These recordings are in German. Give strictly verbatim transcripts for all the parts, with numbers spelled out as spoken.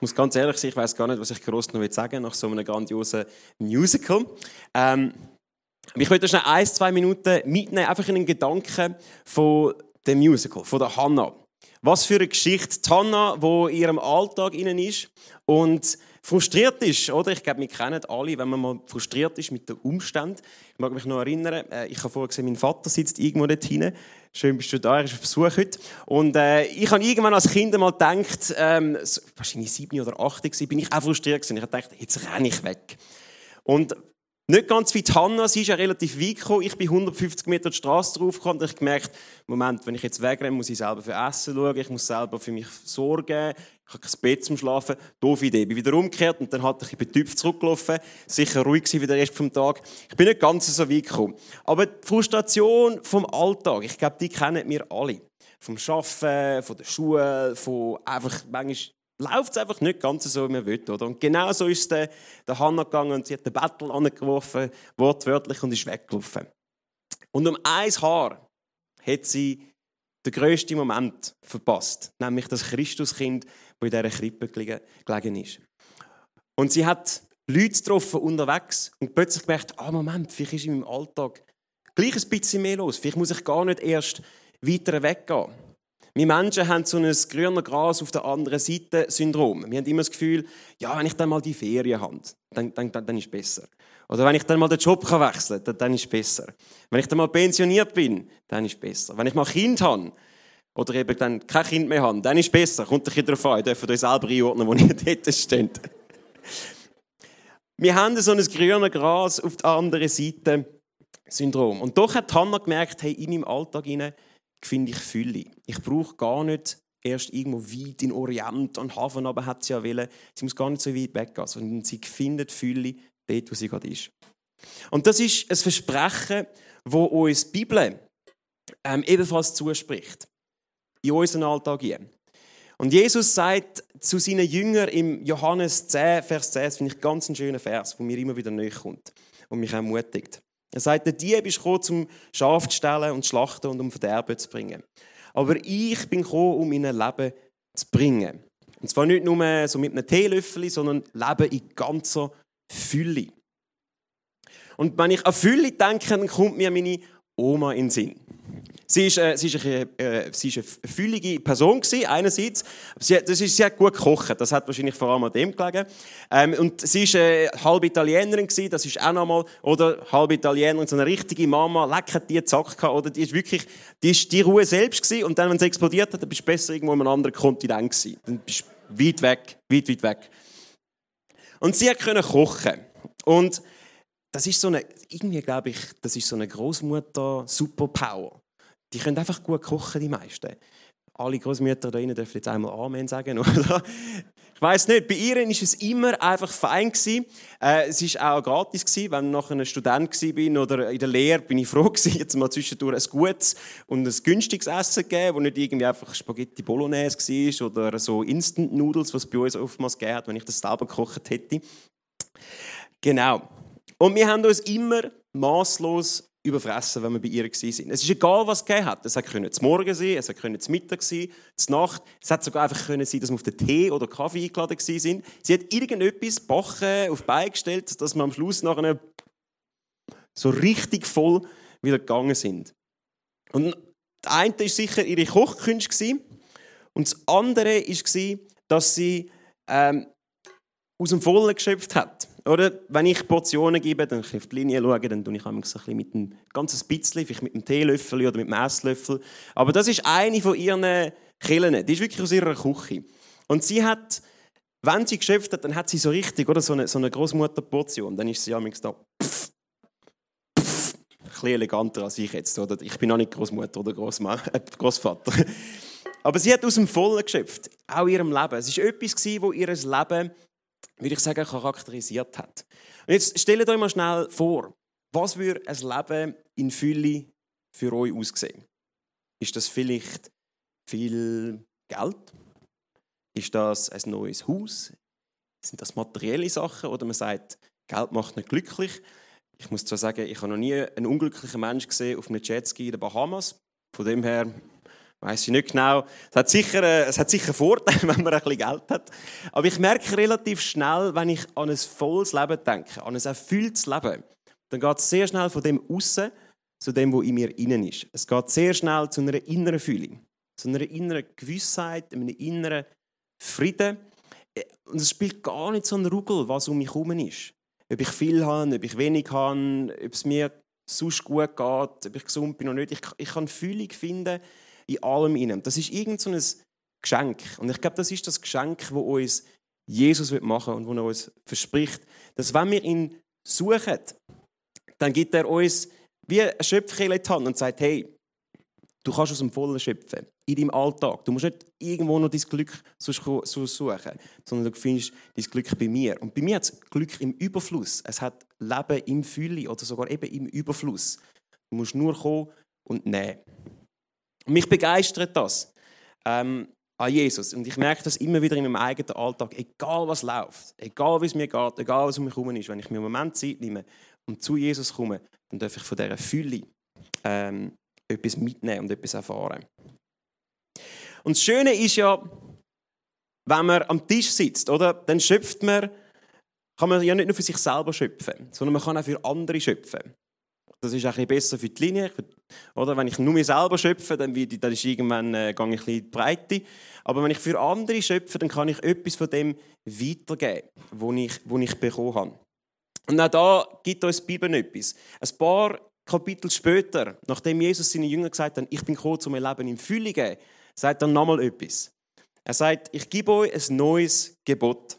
muss ganz ehrlich sein, ich weiss gar nicht, was ich gross noch sagen will nach so einem grandiosen Musical. Ähm, ich möchte schnell ein, zwei Minuten mitnehmen, einfach in einen Gedanken von dem Musical, von der Hannah. Was für eine Geschichte. Die Hannah, die in ihrem Alltag innen ist und frustriert ist, oder? Ich glaube, wir kennen alle, wenn man mal frustriert ist mit den Umständen. Ich mag mich noch erinnern, ich habe vorher gesehen, mein Vater sitzt irgendwo dort hinten. Schön bist du da, er ist auf Besuch heute. Und äh, ich habe irgendwann als Kind mal gedacht, ähm, wahrscheinlich sieben oder acht war, bin ich auch frustriert gewesen. Ich habe gedacht, jetzt renne ich weg. Und nicht ganz wie die Hannah, sie ist ja relativ weit gekommen. Ich bin hundertfünfzig Meter die Straße draufgekommen und ich habe gemerkt, Moment, wenn ich jetzt wegrenne, muss ich selber für Essen schauen, ich muss selber für mich sorgen, ich habe kein Bett zum Schlafen. Doofe Idee. Ich bin wieder umgekehrt und dann hatte ich betüpft zurückgelaufen, sicher ruhig gewesen wie der Rest des Tages. Ich bin nicht ganz so weit gekommen. Aber die Frustration vom Alltag, ich glaube, die kennen wir alle. Vom Arbeiten, von der Schule, von einfach manchmal läuft es einfach nicht ganz so, wie man will. Oder? Und genau so ist es der, der Hannah gegangen und sie hat den Battle angeworfen, wortwörtlich, und ist weggelaufen. Und um ein Haar hat sie den grössten Moment verpasst, nämlich das Christuskind, das in dieser Krippe gelegen ist. Und sie hat Leute getroffen unterwegs und plötzlich gemerkt, ah Moment, vielleicht ist in meinem Alltag gleich ein bisschen mehr los. Vielleicht muss ich gar nicht erst weiter weggehen. Wir Menschen haben so ein grüner Gras auf der anderen Seite Syndrom. Wir haben immer das Gefühl, ja, wenn ich dann mal die Ferien habe, dann, dann, dann, dann ist es besser. Oder wenn ich dann mal den Job wechseln kann, dann, dann ist es besser. Wenn ich dann mal pensioniert bin, dann ist es besser. Wenn ich mal ein Kind habe, oder eben dann kein Kind mehr habe, dann ist es besser. Kommt ein bisschen darauf an, ihr dürft euch selber einordnen, wo ihr dort steht. Wir haben so ein grünes Gras auf der anderen Seite Syndrom. Und doch hat Hannah gemerkt, hey, in meinem Alltag finde ich Fülle. Ich brauche gar nicht erst irgendwo weit in Orient und Hafen, aber hat sie ja wollen. Sie muss gar nicht so weit weggehen, sondern sie findet Fülle dort, wo sie gerade ist. Und das ist ein Versprechen, das uns die Bibel ähm, ebenfalls zuspricht. In unseren Alltag hier. Und Jesus sagt zu seinen Jüngern im Johannes zehn, Vers zehn, das finde ich ganz einen schönen Vers, der mir immer wieder nahe kommt und mich ermutigt. Er sagt, der Dieb ist gekommen, um Schafe zu stehlen und zu schlachten und um Verderben zu bringen. Aber ich bin gekommen, um ihnen Leben zu bringen. Und zwar nicht nur so mit einem Teelöffel, sondern Leben in ganzer Fülle. Und wenn ich an Fülle denke, dann kommt mir meine Oma in den Sinn. Sie ist, äh, sie ist, eine, äh, sie ist eine füllige Person gewesen, einerseits. Sie, das ist, sie hat gut gekocht, das hat wahrscheinlich vor allem an dem gelegen. Ähm, und sie ist äh, halb Italienerin gewesen, das ist auch nochmal, oder halb Italienerin, so eine richtige Mama, leck hat die Zack gehabt, oder die ist wirklich, die ist die Ruhe selbst gewesen. Und dann, wenn sie explodiert hat, dann bist du besser irgendwo in einem anderen Kontinent gewesen. Dann bist du weit weg, weit, weit weg. Und sie konnte kochen. Und das ist so eine, irgendwie glaube ich, das ist so eine Großmutter-Superpower. Die können einfach gut kochen, die meisten. Alle Großmütter da drinnen dürfen jetzt einmal Amen sagen, oder? Ich weiss nicht, bei ihr war es immer einfach fein gewesen. Äh, es war auch gratis gewesen, wenn ich nachher ein Student war oder in der Lehre, bin ich froh gewesen, jetzt mal zwischendurch ein gutes und ein günstiges Essen gegeben, wo nicht irgendwie einfach Spaghetti Bolognese war oder so Instant Noodles, was es bei uns oftmals gegeben hat, wenn ich das selber gekocht hätte. Genau. Und wir haben uns immer masslos überfressen, wenn wir bei ihr waren. Es ist egal, was es gegeben hat. Es konnte zum Morgen sein, es konnte zum Mittag sein, zur Nacht. Es hätte sogar einfach sein, dass wir auf den Tee oder Kaffee eingeladen waren. Sie hat irgendetwas backen, auf die Beine gestellt, dass wir am Schluss nachher so richtig voll wieder gegangen sind. Und das eine war sicher ihre Kochkünste und das andere war, dass sie ähm, aus dem Vollen geschöpft hat. Oder wenn ich Portionen gebe, dann kann ich auf die Linie schauen, dann tue ich ein bisschen mit einem ganzen bisschen, vielleicht mit einem Teelöffel oder mit einem Esslöffel. Aber das ist eine von ihren Killen. Die ist wirklich aus ihrer Küche. Und sie hat, wenn sie geschöpft hat, dann hat sie so richtig, oder, so eine, so eine Großmutterportion. Dann ist sie ja da, pff, pff, ein bisschen eleganter als ich jetzt. Oder? Ich bin auch nicht Großmutter oder Großma, äh, Großvater. Aber sie hat aus dem Vollen geschöpft, auch in ihrem Leben. Es war etwas, das ihr Leben, würde ich sagen, charakterisiert hat. Und jetzt stellt euch mal schnell vor, was würde ein Leben in Fülle für euch aussehen? Ist das vielleicht viel Geld? Ist das ein neues Haus? Sind das materielle Sachen? Oder man sagt, Geld macht nicht glücklich. Ich muss zwar sagen, ich habe noch nie einen unglücklichen Menschen gesehen auf einem Jetski in den Bahamas. Von dem her Weiss ich nicht genau. Es hat sicher, äh, es hat sicher Vorteile, wenn man ein bisschen Geld hat. Aber ich merke relativ schnell, wenn ich an ein volles Leben denke, an ein erfülltes Leben, dann geht es sehr schnell von dem aussen zu dem, was in mir innen ist. Es geht sehr schnell zu einer inneren Fühlung, zu einer inneren Gewissheit, einem inneren Frieden. Und es spielt gar nicht so einen Ruggel, was um mich herum ist. Ob ich viel habe, ob ich wenig habe, ob es mir sonst gut geht, ob ich gesund bin oder nicht. Ich, ich kann Fühlung finden in allem innen. Das ist irgend so ein Geschenk. Und ich glaube, das ist das Geschenk, das uns Jesus machen will und das er uns verspricht, dass wenn wir ihn suchen, dann gibt er uns wie eine Schöpfkelle in die Hand und sagt, hey, du kannst aus dem Vollen schöpfen, in deinem Alltag. Du musst nicht irgendwo noch dein Glück suchen, sondern du findest dein Glück bei mir. Und bei mir hat es Glück im Überfluss. Es hat Leben im Fülle oder sogar eben im Überfluss. Du musst nur kommen und nehmen. Und mich begeistert das ähm, an Jesus. Und ich merke das immer wieder in meinem eigenen Alltag. Egal was läuft, egal wie es mir geht, egal was um mich herum ist, wenn ich mir einen Moment Zeit nehme und zu Jesus komme, dann darf ich von dieser Fülle ähm, etwas mitnehmen und etwas erfahren. Und das Schöne ist ja, wenn man am Tisch sitzt, oder, dann schöpft man, kann man ja nicht nur für sich selber schöpfen, sondern man kann auch für andere schöpfen. Das ist ein bisschen besser für die Linie. Oder? Wenn ich nur mir selber schöpfe, dann, ich, dann ist irgendwann, äh, gehe ich ein bisschen in die Breite. Aber wenn ich für andere schöpfe, dann kann ich etwas von dem weitergeben, was ich, was ich bekommen habe. Und auch da gibt uns die Bibel etwas. Ein paar Kapitel später, nachdem Jesus seinen Jüngern gesagt hat, ich bin gekommen, um mein Leben in Fülle zu geben, sagt er nochmal etwas. Er sagt, ich gebe euch ein neues Gebot.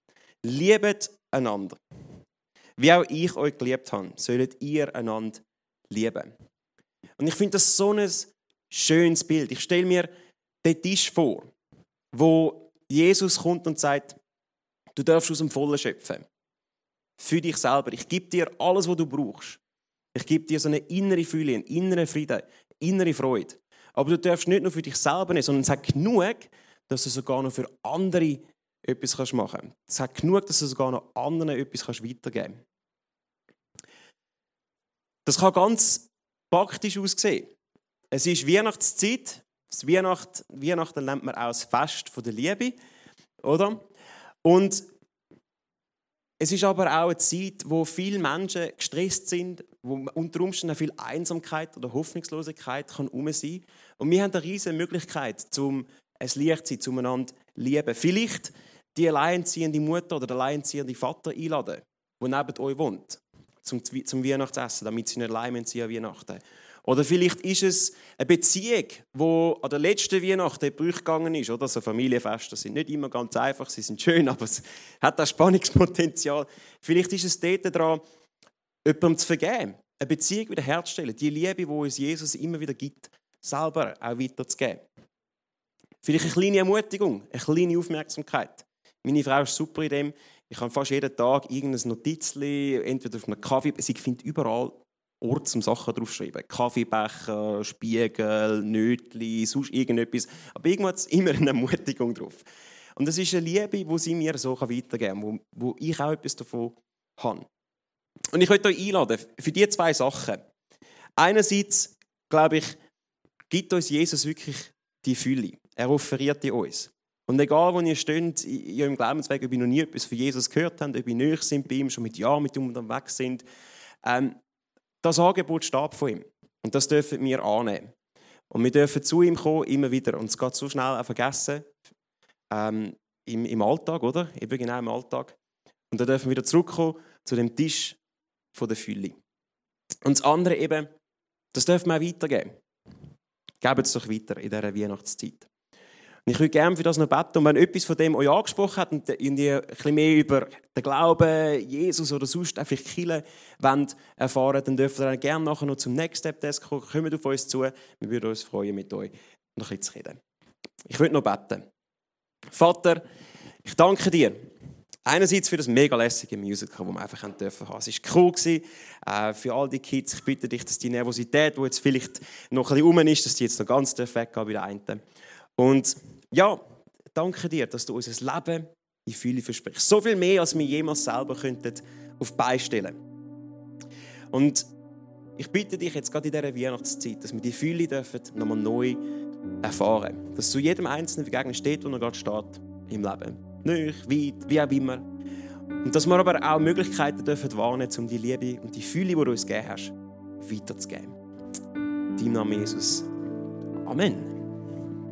Liebet einander. Wie auch ich euch geliebt habe, sollt ihr einander lieben. Und ich finde das so ein schönes Bild. Ich stelle mir den Tisch vor, wo Jesus kommt und sagt, du darfst aus dem Vollen schöpfen. Für dich selber. Ich gebe dir alles, was du brauchst. Ich gebe dir so eine innere Fülle, einen inneren Frieden, eine innere Freude. Aber du darfst nicht nur für dich selber nehmen, sondern es hat genug, dass du sogar noch für andere etwas machen kannst. Es hat genug, dass du sogar noch anderen etwas weitergeben kannst. Das kann ganz praktisch aussehen. Es ist Weihnachtszeit. Das Weihnacht, Weihnachten nennt man auch das Fest der Liebe. Oder? Und es ist aber auch eine Zeit, wo viele Menschen gestresst sind, wo unter Umständen viel Einsamkeit oder Hoffnungslosigkeit kann herum sein. Und wir haben eine riesige Möglichkeit, um ein Licht zu sein, zueinander zu lieben. Vielleicht die alleinerziehende Mutter oder der alleinerziehende Vater einladen, der neben euch wohnt, zum, zum Weihnachtsessen, damit sie nicht allein sind an Weihnachten. Oder vielleicht ist es eine Beziehung, die an der letzten Weihnachten in Brüche gegangen ist. Oder? So Familienfeste sind nicht immer ganz einfach, sie sind schön, aber es hat auch Spannungspotenzial. Vielleicht ist es dort dran, jemandem zu vergeben, eine Beziehung wieder herzustellen, die Liebe, die uns Jesus immer wieder gibt, selber auch weiterzugeben. Vielleicht eine kleine Ermutigung, eine kleine Aufmerksamkeit. Meine Frau ist super in dem. Ich habe fast jeden Tag irgendein Notizli, entweder auf einem Kaffee, sie findet überall Ort zum Sachen draufschreiben. Kaffeebecher, Spiegel, Nötli, sonst irgendetwas. Aber irgendwo hat es immer eine Ermutigung drauf. Und das ist eine Liebe, die sie mir so weitergeben kann, wo, wo ich auch etwas davon habe. Und ich möchte euch einladen für diese zwei Sachen. Einerseits, glaube ich, gibt uns Jesus wirklich die Fülle. Er offeriert die uns. Und egal, wo ihr steht, in eurem Glaubensweg, ob ihr noch nie etwas von Jesus gehört habt, ob ihr nahe sind bei ihm, schon mit Jahren mit ihm unterwegs sind, ähm, das Angebot steht von ihm. Und das dürfen wir annehmen. Und wir dürfen zu ihm kommen, immer wieder. Und es geht so schnell auch vergessen, ähm, im, im Alltag, oder? Eben genau im Alltag. Und dann dürfen wir wieder zurückkommen zu dem Tisch von der Fülle. Und das andere eben, das dürfen wir auch weitergeben. Gebt es doch weiter in dieser Weihnachtszeit. Und ich würde gerne für das noch beten. Und wenn etwas von dem euch angesprochen hat und ihr ein bisschen mehr über den Glauben, Jesus oder sonst einfach Kirche wollt erfahren, dann dürft ihr gerne nachher noch zum Next Step Desk kommen. Kommt auf uns zu. Wir würden uns freuen, mit euch noch ein bisschen zu reden. Ich würde noch beten. Vater, ich danke dir. Einerseits für das mega lässige Musical, das wir einfach haben dürfen haben. Es war cool gewesen, äh, für all die Kids. Ich bitte dich, dass die Nervosität, die jetzt vielleicht noch ein bisschen rum ist, dass die jetzt noch ganz weggehen bei den einen. Und ja, danke dir, dass du unser Leben in Fülle versprichst. So viel mehr, als wir jemals selber könnten auf die Beine stellen. Und ich bitte dich jetzt gerade in dieser Weihnachtszeit, dass wir die Fülle dürfen nochmal neu erfahren. Dass du jedem Einzelnen begegnen steht, wo er gerade steht im Leben. Nicht, weit, wie auch immer. Und dass wir aber auch Möglichkeiten dürfen wahrnehmen, um die Liebe und die Fülle, die du uns gegeben hast, weiterzugeben. In deinem Namen Jesus. Amen.